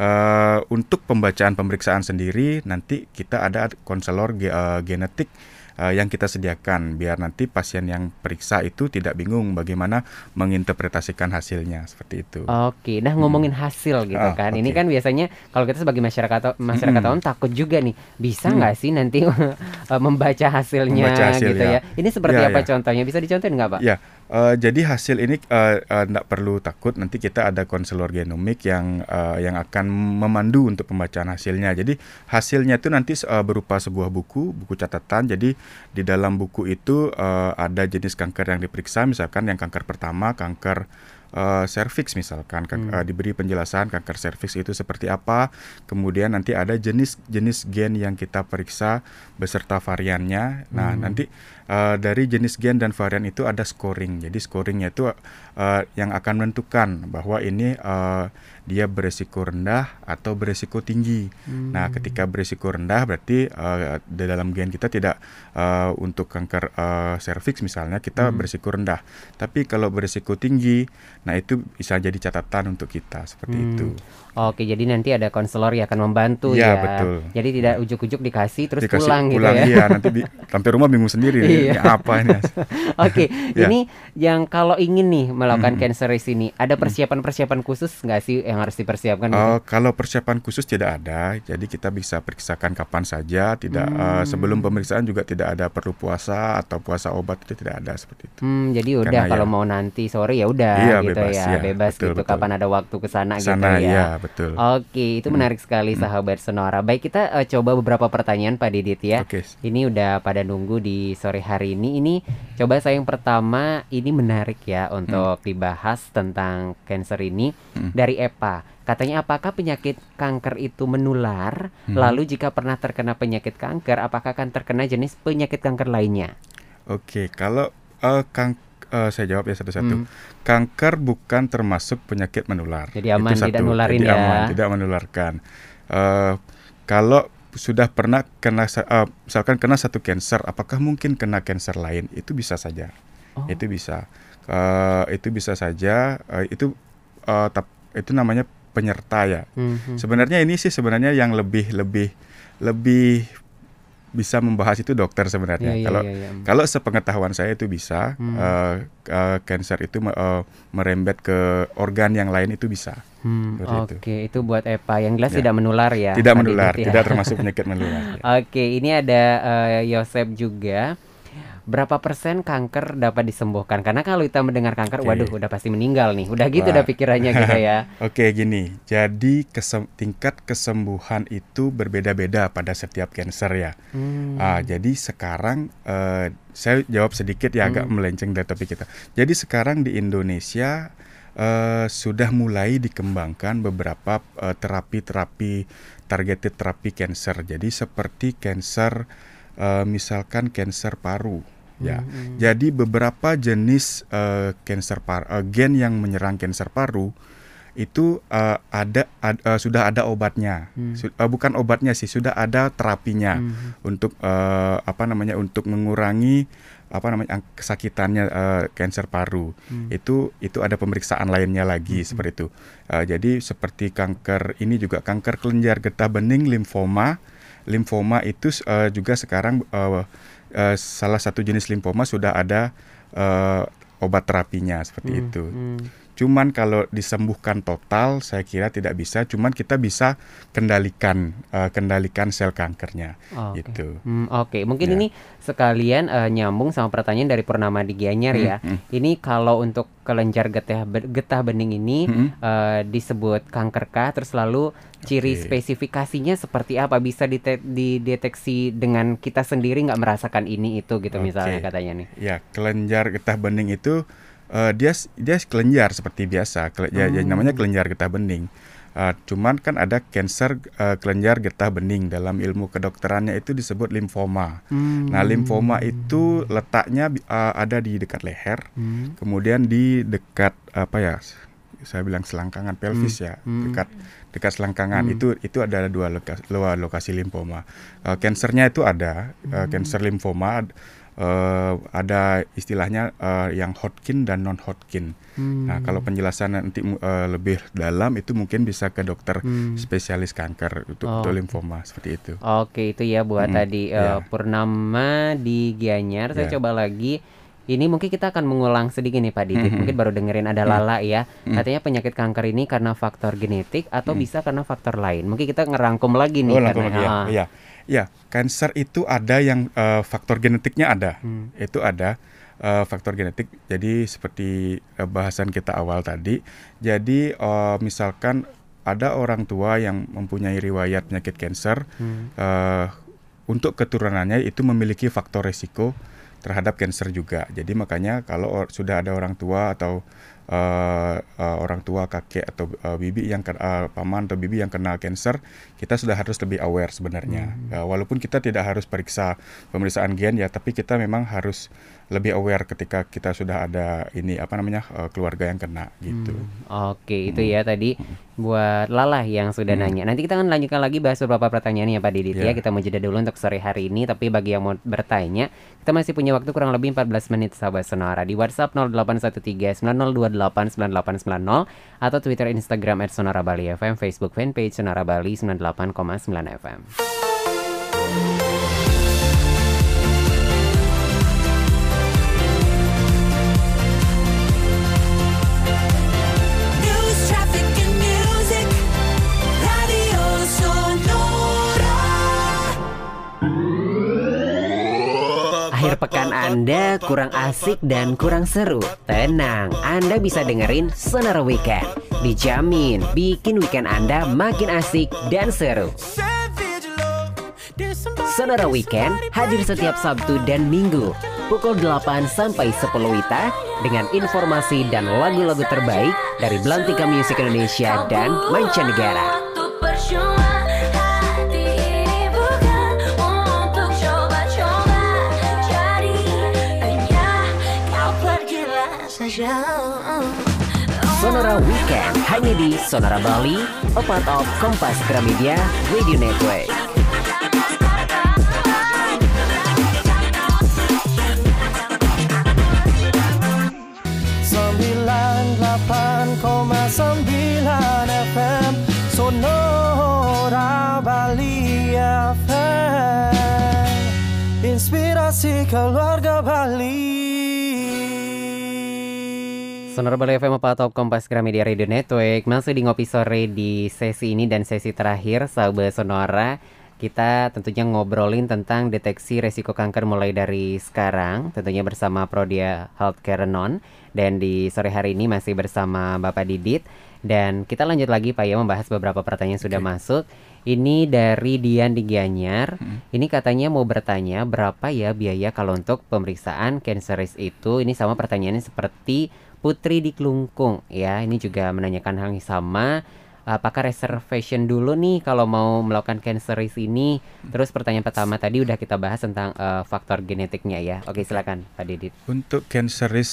uh, untuk pembacaan pemeriksaan sendiri nanti kita ada konselor ge- uh, genetik uh, yang kita sediakan biar nanti pasien yang periksa itu tidak bingung bagaimana menginterpretasikan hasilnya seperti itu.
Oke, nah ngomongin hmm. hasil gitu oh, kan. Okay. Ini kan biasanya kalau kita sebagai masyarakat masyarakat awam hmm. takut juga nih, bisa nggak hmm. sih nanti membaca hasilnya membaca hasil, gitu ya. ya. Ini seperti ya, apa ya. contohnya? Bisa dicontohin nggak, Pak?
Ya. Uh, jadi hasil ini uh, uh, tidak perlu takut, nanti kita ada konselor genomik yang uh, yang akan memandu untuk pembacaan hasilnya. Jadi hasilnya itu nanti uh, berupa sebuah buku, buku catatan. Jadi di dalam buku itu uh, ada jenis kanker yang diperiksa, misalkan yang kanker pertama, kanker Uh, serviks misalkan hmm. uh, diberi penjelasan kanker serviks itu seperti apa, kemudian nanti ada jenis-jenis gen yang kita periksa beserta variannya. Nah hmm. nanti uh, dari jenis gen dan varian itu ada scoring. Jadi scoringnya itu uh, yang akan menentukan bahwa ini uh, dia beresiko rendah atau beresiko tinggi. Hmm. Nah ketika beresiko rendah berarti uh, di dalam gen kita tidak uh, untuk kanker uh, serviks misalnya kita hmm. beresiko rendah. Tapi kalau beresiko tinggi, nah itu bisa jadi catatan untuk kita seperti hmm. itu.
Oke, jadi nanti ada konselor yang akan membantu ya.
Ya betul.
Jadi tidak ujuk-ujuk dikasih terus
dikasih
pulang,
pulang
gitu ya.
Iya, nanti di, sampai rumah bingung sendiri ini apa ini.
Oke,
ya.
Ini yang kalau ingin nih melakukan
hmm.
cancer risk ini, ada persiapan-persiapan khusus nggak sih yang harus dipersiapkan?
Uh, gitu? Kalau persiapan khusus tidak ada, jadi kita bisa periksakan kapan saja. Tidak hmm. uh, sebelum pemeriksaan juga tidak ada perlu puasa atau puasa obat, itu tidak ada seperti itu.
Hmm, jadi udah kalau ya, mau nanti sore ya udah.
Iya gitu
gitu
bebas,
ya,
ya,
bebas
betul,
gitu
betul.
kapan ada waktu ke sana gitu
Sana,
ya.
ya, betul.
Oke, itu
Hmm.
menarik sekali
Hmm.
sahabat Sonora. Baik, kita eh, coba beberapa pertanyaan Pak Didit ya.
Oke.
Ini udah pada nunggu di sore hari ini. Ini coba saya yang pertama, ini menarik ya untuk dibahas tentang cancer ini
Hmm.
dari Epa. Katanya apakah penyakit kanker itu menular?
Hmm.
Lalu jika pernah terkena penyakit kanker, apakah akan terkena jenis penyakit kanker lainnya?
Oke, kalau eh, kang eh, saya jawab ya satu-satu.
Hmm.
Kanker bukan termasuk penyakit menular.
Jadi aman,
Itu
tidak
satu.
nularin
Jadi
ya.
aman, tidak menularkan. Eh, kalau sudah pernah kena, sa- eh, misalkan kena satu cancer, apakah mungkin kena cancer lain? Itu bisa saja.
Oh.
Itu bisa. Eh, itu bisa saja. Eh, itu eh, tap- itu namanya penyerta ya.
Mhm.
Sebenarnya ini sih sebenarnya yang lebih lebih lebih bisa membahas itu dokter sebenarnya.
Iya, iya,
Kalau
iya, iya.
kalau sepengetahuan saya itu bisa
Hmm.
eh, eh, cancer itu me- eh, merembet ke organ yang lain itu bisa.
Hmm,
Seperti itu.
Oke, itu buat Epa. Yang jelas
Ya.
tidak menular ya.
Tidak
Pak
menular,
Didit ya.
tidak termasuk penyakit menular. Ya.
Oke, ini ada eh, Yosep juga. Berapa persen kanker dapat disembuhkan? Karena kalau kita mendengar kanker,
Oke.
waduh, udah pasti meninggal nih. Udah gitu
Wah.
udah pikirannya gitu ya.
Oke, gini. Jadi kesem- tingkat kesembuhan itu berbeda-beda pada setiap cancer ya.
Hmm.
Ah, jadi sekarang eh, saya jawab sedikit ya, agak
Hmm.
melenceng dari topik kita. Jadi sekarang di Indonesia eh, sudah mulai dikembangkan beberapa eh, terapi-terapi targeted terapi cancer. Jadi seperti cancer eh, misalkan cancer paru. Ya,
Hmm.
jadi beberapa jenis eh, cancer par eh, gen yang menyerang cancer paru itu eh, ada ad- eh, sudah ada obatnya.
Hmm.
Su- eh, bukan obatnya sih, sudah ada terapinya
Hmm.
untuk eh, apa namanya untuk mengurangi apa namanya ang- kesakitannya eh, kanker paru.
Hmm.
Itu itu ada pemeriksaan lainnya lagi seperti itu. Eh, jadi seperti kanker ini juga kanker kelenjar getah bening limfoma. Limfoma itu eh, juga sekarang eh, eh, salah satu jenis limfoma sudah ada eh, obat terapinya seperti
Hmm.
itu.
Hmm.
Cuman kalau disembuhkan total saya kira tidak bisa, cuman kita bisa kendalikan eh, kendalikan sel kankernya
Oke.
gitu.
Hmm, Oke, mungkin
Ya.
ini sekalian eh, nyambung sama pertanyaan dari Purnama di Gianyar
Hmm,
ya.
hmm.
Ini kalau untuk kelenjar getah be- getah bening ini
Hmm.
eh, disebut kanker kah? Terus lalu ciri
Oke.
spesifikasinya seperti apa? Bisa dite- dideteksi dengan kita sendiri nggak merasakan ini itu gitu misalnya
Oke.
katanya nih.
Ya, kelenjar getah bening itu eh, dia dia kelenjar seperti biasa. Kele- ya, ya,
Oh.
namanya kelenjar getah bening. Eh, cuman kan ada cancer eh, kelenjar getah bening, dalam ilmu kedokterannya itu disebut limfoma.
Hmm.
Nah, limfoma itu letaknya bi- eh, ada di dekat leher,
Hmm.
kemudian di dekat apa ya? Saya bilang selangkangan pelvis ya,
Hmm.
dekat dekat selangkangan.
Hmm.
Itu itu ada dua lokasi, dua lokasi limfoma. Eh, Kansernya itu ada eh, kanker limfoma. eh, ada istilahnya eh, yang Hodgkin dan non Hodgkin.
Hmm.
Nah, kalau penjelasan nanti mu- eh, lebih dalam itu mungkin bisa ke dokter
Hmm.
spesialis kanker untuk,
Oh.
untuk limfoma seperti itu.
Oke, itu ya buat
Mm,
tadi eh,
ya.
Purnama di Gianyar. Saya
Ya.
coba lagi. Ini mungkin kita akan mengulang sedikit nih Pak Didit.
Mm-mm.
Mungkin baru dengerin ada
Mm.
Lala ya.
Mm.
Katanya penyakit kanker ini karena faktor genetik atau
Mm.
bisa karena faktor lain. Mungkin kita ngerangkum lagi nih
Oh, langsung
karena
lagi ya.
ah.
Iya. Ya, kanker itu ada yang eh, faktor genetiknya ada.
Hmm.
Itu ada eh, faktor genetik. Jadi seperti eh, bahasan kita awal tadi. Jadi eh, misalkan ada orang tua yang mempunyai riwayat penyakit kanker,
Hmm.
eh, untuk keturunannya itu memiliki faktor resiko terhadap kanker juga. Jadi makanya kalau or- sudah ada orang tua atau eh, eh, orang tua kakek atau eh, bibi yang ke- eh, paman atau bibi yang kena kanker, kita sudah harus lebih aware sebenarnya. Eh, walaupun kita tidak harus periksa pemeriksaan gen ya, tapi kita memang harus lebih aware ketika kita sudah ada ini apa namanya eh, keluarga yang kena gitu.
Hmm, Oke, itu ya tadi buat Lala yang sudah
Hmm.
nanya. Nanti kita akan lanjutkan lagi bahas beberapa pertanyaan ya Pak Didit ya.
Ya.
Kita mau jeda dulu untuk sore hari ini. Tapi bagi yang mau bertanya, kita masih punya waktu kurang lebih empat belas menit sahabat Sonora. Di WhatsApp nol delapan satu tiga sembilan nol dua delapan sembilan delapan sembilan nol atau Twitter Instagram at Sonora Bali F M, Facebook fanpage Sonora Bali sembilan puluh delapan koma sembilan F M.
News, traffic, and music. Radio Sonora.
Akhir pekan Anda kurang asik dan kurang seru? Tenang, Anda bisa dengerin Sonora Weekend. Dijamin bikin weekend Anda makin asik dan seru. Sonora Weekend hadir setiap Sabtu dan Minggu pukul delapan sampai sepuluh WITA dengan informasi dan lagu-lagu terbaik dari Belantika Music Indonesia dan mancanegara.
Untuk percuma hati ini bukan untuk coba-coba. Jadi hanya kau pergilah saja.
Sonora Weekend hanya di Sonora Bali, a part of Kompas Gramedia Radio Network.
sembilan puluh delapan koma sembilan F M Sonora Bali F M, inspirasi keluarga Bali.
Sonora Bali F M apa Top Kompas Gramedia Radio Network. Masih di ngopi sore di sesi ini dan sesi terakhir sahabat Sonora. Kita tentunya ngobrolin tentang deteksi resiko kanker mulai dari sekarang, tentunya bersama Prodia Healthcare Non. Dan di sore hari ini masih bersama Bapak Didit. Dan kita lanjut lagi Pak ya, membahas beberapa pertanyaan yang sudah
Oke.
masuk. Ini dari Dian di Gianyar.
Hmm.
Ini katanya mau bertanya berapa ya biaya kalau untuk pemeriksaan cancer risk itu. Ini sama pertanyaannya seperti Putri di Klungkung ya. Ini juga menanyakan hal yang sama. Apakah reservation dulu nih kalau mau melakukan cancer risk ini? Terus pertanyaan pertama tadi udah kita bahas tentang eh, faktor genetiknya ya. Oke, silakan Pak Didit.
Untuk cancer risk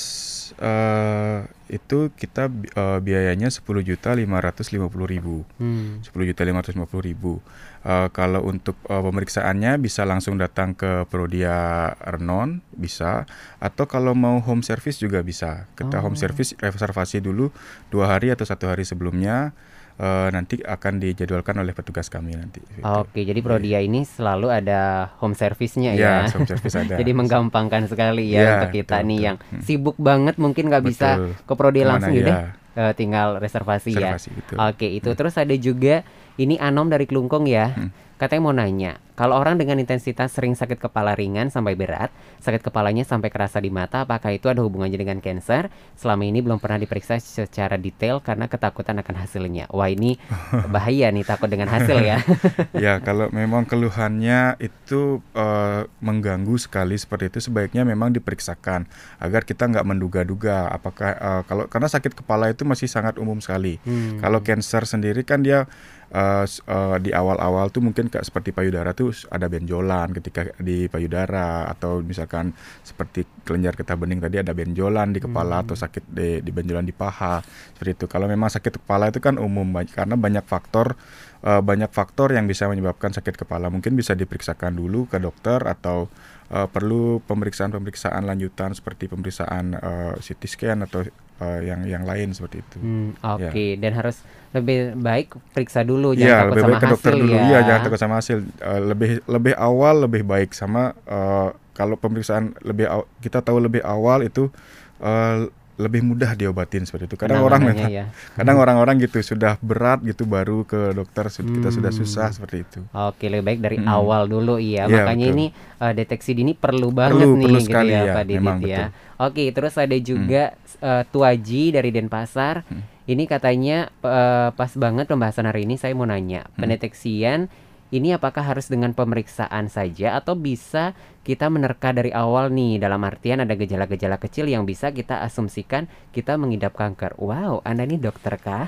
eh, itu kita bi- eh, biayanya sepuluh juta lima ratus lima puluh ribu.
Hmm.
sepuluh juta lima ratus lima puluh ribu. Eh, kalau untuk eh, pemeriksaannya bisa langsung datang ke Prodia Renon, bisa. Atau kalau mau home service juga bisa. Kita
Oh.
home service reservasi dulu dua hari atau satu hari sebelumnya. Eh, nanti akan dijadwalkan oleh petugas kami nanti. gitu.
Oke, jadi Prodia ini selalu ada home service-nya
Ya,
ya.
home service ada.
Jadi menggampangkan sekali ya
Ya,
untuk kita
betul,
nih
betul.
yang
Hmm.
sibuk banget mungkin nggak bisa
Betul.
ke Prodia
Kemana,
langsung
ya.
yaudah eh, tinggal reservasi,
Reservasi,
ya.
betul.
Oke, itu
Hmm.
terus ada juga ini Anom dari Klungkung ya.
Hmm.
Katanya mau nanya, kalau orang dengan intensitas sering sakit kepala ringan sampai berat, sakit kepalanya sampai kerasa di mata, apakah itu ada hubungannya dengan cancer? Selama ini belum pernah diperiksa secara detail karena ketakutan akan hasilnya. Wah, ini bahaya nih, takut dengan hasil ya.
Ya, kalau memang keluhannya itu eh, mengganggu sekali seperti itu, sebaiknya memang diperiksakan agar kita nggak menduga-duga. Apakah eh, kalau karena sakit kepala itu masih sangat umum sekali.
Hmm.
Kalau cancer sendiri kan dia eh, s- eh, di awal-awal tuh mungkin kayak seperti payudara tuh ada benjolan ketika di payudara, atau misalkan seperti kelenjar getah bening tadi ada benjolan di kepala atau sakit di, di benjolan di paha seperti itu. Kalau memang sakit kepala itu kan umum ba- karena banyak faktor eh, banyak faktor yang bisa menyebabkan sakit kepala. Mungkin bisa diperiksakan dulu ke dokter atau eh, perlu pemeriksaan-pemeriksaan lanjutan seperti pemeriksaan eh, C T scan atau eh, yang yang lain seperti itu.
Hmm,
Ya.
oke, dan harus lebih baik periksa dulu,
Iya,
jangan takut
lebih
sama
baik ke dokter
hasil
dulu.
ya.
Iya, jangan takut sama hasil. Eh, lebih lebih awal lebih baik sama eh, kalau pemeriksaan lebih aw- kita tahu lebih awal itu eh, lebih mudah diobatin seperti itu. Kadang orang
Penanganannya
memang-
ya.
kadang orang-orang gitu sudah berat gitu baru ke dokter, sud- kita sudah
Hmm.
susah seperti itu.
Oke, lebih baik dari
Mm-mm.
awal dulu iya.
Iya,
Makanya
betul.
ini eh, deteksi dini perlu banget
Perlu,
nih
perlu
gitu
sekali
ya,
ya,
Pak Didit
memang
ya.
betul.
Oke, terus ada juga eh, Tuaji dari Denpasar.
Hmm.
Ini katanya eh, pas banget pembahasan hari ini, saya mau nanya,
Hmm.
pendeteksian ini apakah harus dengan pemeriksaan saja atau bisa kita menerka dari awal nih, dalam artian ada gejala-gejala kecil yang bisa kita asumsikan kita mengidap kanker. Wow, Anda ini dokter kah?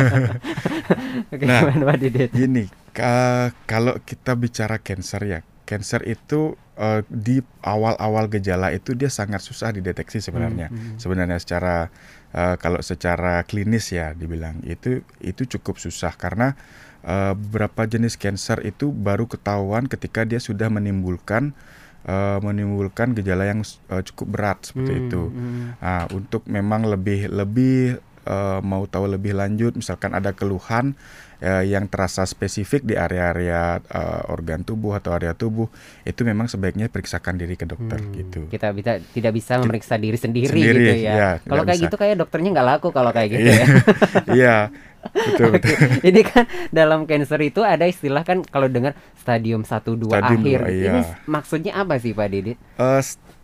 Oke,
Nah,
gimana Pak Didit?
Gini, ka- kalau kita bicara cancer ya, cancer itu eh, di awal-awal gejala itu dia sangat susah dideteksi sebenarnya.
Hmm, hmm.
Sebenarnya secara eh, kalau secara klinis ya dibilang itu itu cukup susah karena eh, beberapa jenis cancer itu baru ketahuan ketika dia sudah menimbulkan eh, menimbulkan gejala yang eh, cukup berat seperti
Hmm,
itu.
hmm.
Nah, untuk memang lebih lebih eh, mau tahu lebih lanjut, misalkan ada keluhan eh, yang terasa spesifik di area-area eh, organ tubuh atau area tubuh, itu memang sebaiknya periksakan diri ke dokter
Hmm,
gitu.
Kita bisa tidak bisa memeriksa diri sendiri,
Sendiri,
gitu ya.
ya,
Kalau
nggak
kayak
bisa.
gitu kayak dokternya nggak laku kalau kayak gitu ya.
Iya, betul betul.
Ini kan dalam cancer itu ada istilah kan kalau dengar stadium satu dua
Stadium
akhir.
dua,
Ini
iya.
maksudnya apa sih Pak Didit?
Eh, s-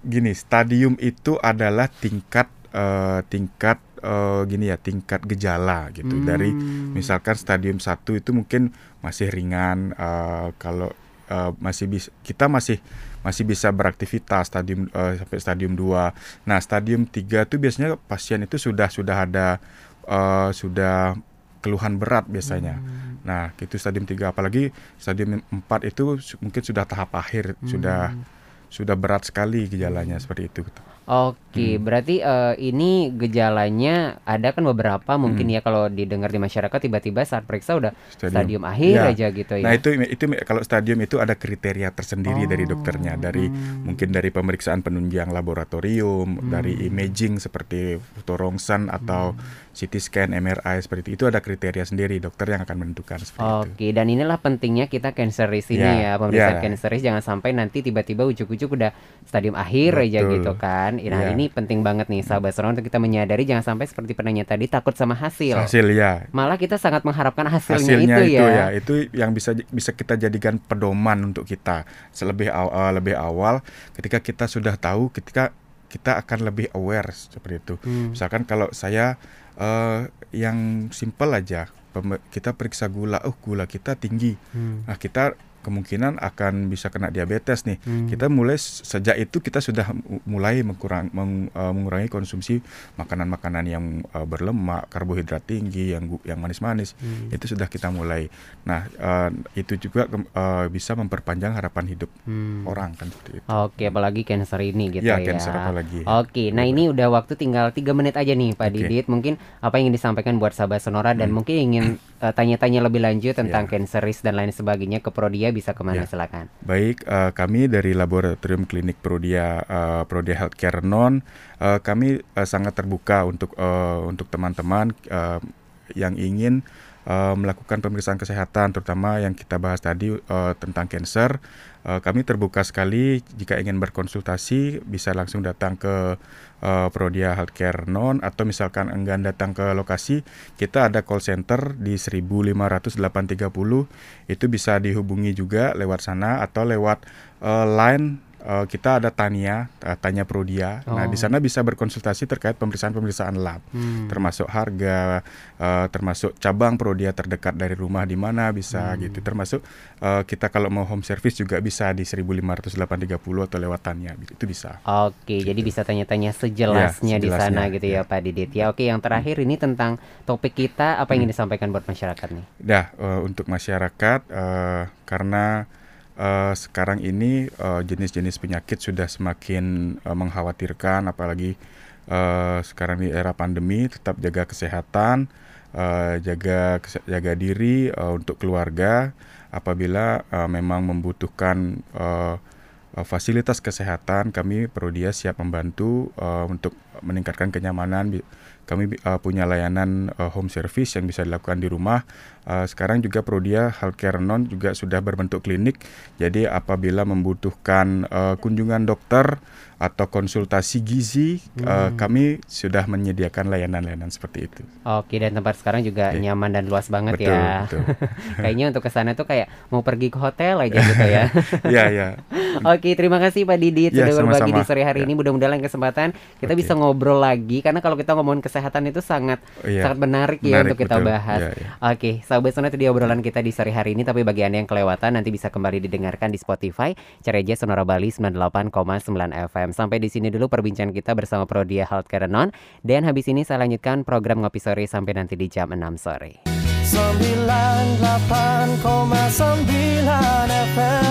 gini, stadium itu adalah tingkat eh, tingkat eh, gini ya, tingkat gejala gitu. Dari
Hmm.
misalkan stadium satu itu mungkin masih ringan, eh, kalau eh, masih bisa kita masih masih bisa beraktivitas stadium eh, sampai stadium dua. Nah, stadium tiga itu biasanya pasien itu sudah sudah ada eh, sudah keluhan berat biasanya. Nah, itu stadium tiga, apalagi stadium empat itu su- mungkin sudah tahap akhir, sudah sudah berat sekali gejalanya seperti itu.
Oke, berarti eh, ini gejalanya ada kan beberapa mungkin ya kalau didengar di masyarakat tiba-tiba saat periksa udah stadium, akhir
Ya.
aja gitu ya.
Nah, itu itu kalau stadium itu ada kriteria tersendiri dari
Oh.
dokternya, dari mungkin dari pemeriksaan penunjang laboratorium, dari imaging seperti foto rongsen atau C T scan, M R I seperti itu, itu ada kriteria sendiri dokter yang akan menentukan seperti itu.
Oke, dan inilah pentingnya kita cancer risk ini
Ya,
ya, pemeriksaan
ya.
cancer risk jangan sampai nanti tiba-tiba ujuk-ujuk udah stadium akhir aja
Betul.
gitu kan. Nah,
Ya.
ini penting banget nih sahabat sonora untuk kita menyadari jangan sampai seperti penanya tadi takut sama hasil.
Hasil ya.
Malah kita sangat mengharapkan hasilnya,
Hasilnya
itu,
itu
ya.
ya, itu yang bisa bisa kita jadikan pedoman untuk kita selebih aw- uh, lebih awal ketika kita sudah tahu, ketika kita akan lebih aware seperti itu.
Hmm.
Misalkan kalau saya uh, yang simple aja, pem- kita periksa gula, oh gula kita tinggi,
Hmm.
nah kita kemungkinan akan bisa kena diabetes nih.
Hmm.
Kita mulai sejak itu kita sudah mu- mulai mengkurang, meng- uh, mengurangi konsumsi makanan-makanan yang uh, berlemak, karbohidrat tinggi, yang gu- yang manis-manis.
Hmm.
Itu sudah kita mulai. Nah, uh, itu juga kem- uh, bisa memperpanjang harapan hidup
Hmm.
orang kan seperti itu.
Oke, apalagi cancer ini gitu
Ya,
ya.
cancer apalagi.
Oke, nah ini udah waktu tinggal tiga menit aja nih Pak
Oke.
Didit. Mungkin apa yang ingin disampaikan buat sahabat Sonora dan mungkin ingin eh, tanya-tanya lebih lanjut tentang
Ya.
cancer risk dan lain sebagainya ke Prodia bisa kemana
Ya.
silakan.
Baik, eh, kami dari Laboratorium Klinik Prodia eh, Prodia Healthcare Non, eh, kami eh, sangat terbuka untuk eh, untuk teman-teman eh, yang ingin eh, melakukan pemeriksaan kesehatan, terutama yang kita bahas tadi eh, tentang cancer. Eh, kami terbuka sekali, jika ingin berkonsultasi bisa langsung datang ke eh, Prodia Healthcare Non, atau misalkan enggan datang ke lokasi, kita ada call center di seribu lima ratus delapan tiga puluh, itu bisa dihubungi juga lewat sana atau lewat eh, line. eh, kita ada Tanya, eh, Tanya Prodia. Nah, di
Oh.
sana bisa berkonsultasi terkait pemeriksaan-pemeriksaan lab,
Hmm.
termasuk harga, eh, termasuk cabang Prodia terdekat dari rumah di mana bisa gitu. Termasuk eh, kita kalau mau home service juga bisa di seribu lima ratus delapan tiga puluh atau lewat Tanya, gitu. Itu bisa.
Oke, jadi bisa tanya-tanya sejelasnya
Ya,
di sana
sejelasnya,
gitu ya
ya.
Pak Didit. Ya, oke, yang terakhir ini tentang topik kita, apa yang ingin disampaikan buat masyarakat nih?
Dah, eh, untuk masyarakat, eh, karena eh, sekarang ini eh, jenis-jenis penyakit sudah semakin eh, mengkhawatirkan, apalagi eh, sekarang di era pandemi, tetap jaga kesehatan, eh, jaga kese- jaga diri eh, untuk keluarga. Apabila eh, memang membutuhkan eh, eh, fasilitas kesehatan, kami Prodia siap membantu eh, untuk meningkatkan kenyamanan. Bi- Kami uh, punya layanan uh, home service yang bisa dilakukan di rumah. Uh, sekarang juga Prodia Healthcare Non juga sudah berbentuk klinik. Jadi apabila membutuhkan uh, kunjungan dokter atau konsultasi gizi, uh, kami sudah menyediakan layanan-layanan seperti itu.
Oke, dan tempat sekarang juga
Oke.
nyaman dan luas banget
Betul,
ya.
betul.
Kayaknya untuk ke sana tuh kayak mau pergi ke hotel aja gitu ya.
Ya, ya.
Oke, terima kasih Pak Didit
Ya,
sudah berbagi
sama-sama.
di sore hari
Ya.
ini. Mudah-mudahan lain kesempatan kita
Oke.
bisa ngobrol lagi karena kalau kita ngomongin kesehatan itu sangat
Oh, iya.
sangat menarik ya
Menarik,
untuk kita
betul.
bahas.
Ya, ya.
Oke, sahabat Sonora, itu dia obrolan kita di sore hari ini. Tapi bagi Anda yang kelewatan nanti bisa kembali didengarkan di Spotify. Cari aja Sonora Bali sembilan puluh delapan koma sembilan F M. Sampai di sini dulu perbincangan kita bersama Prodia Healthcare Non. Dan habis ini saya lanjutkan program Ngopi Sore sampai nanti di jam enam sore.
sembilan puluh delapan koma sembilan F M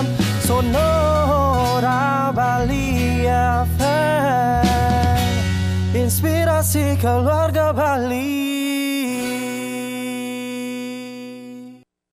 Sonora Bali F M, inspirasi keluarga Bali.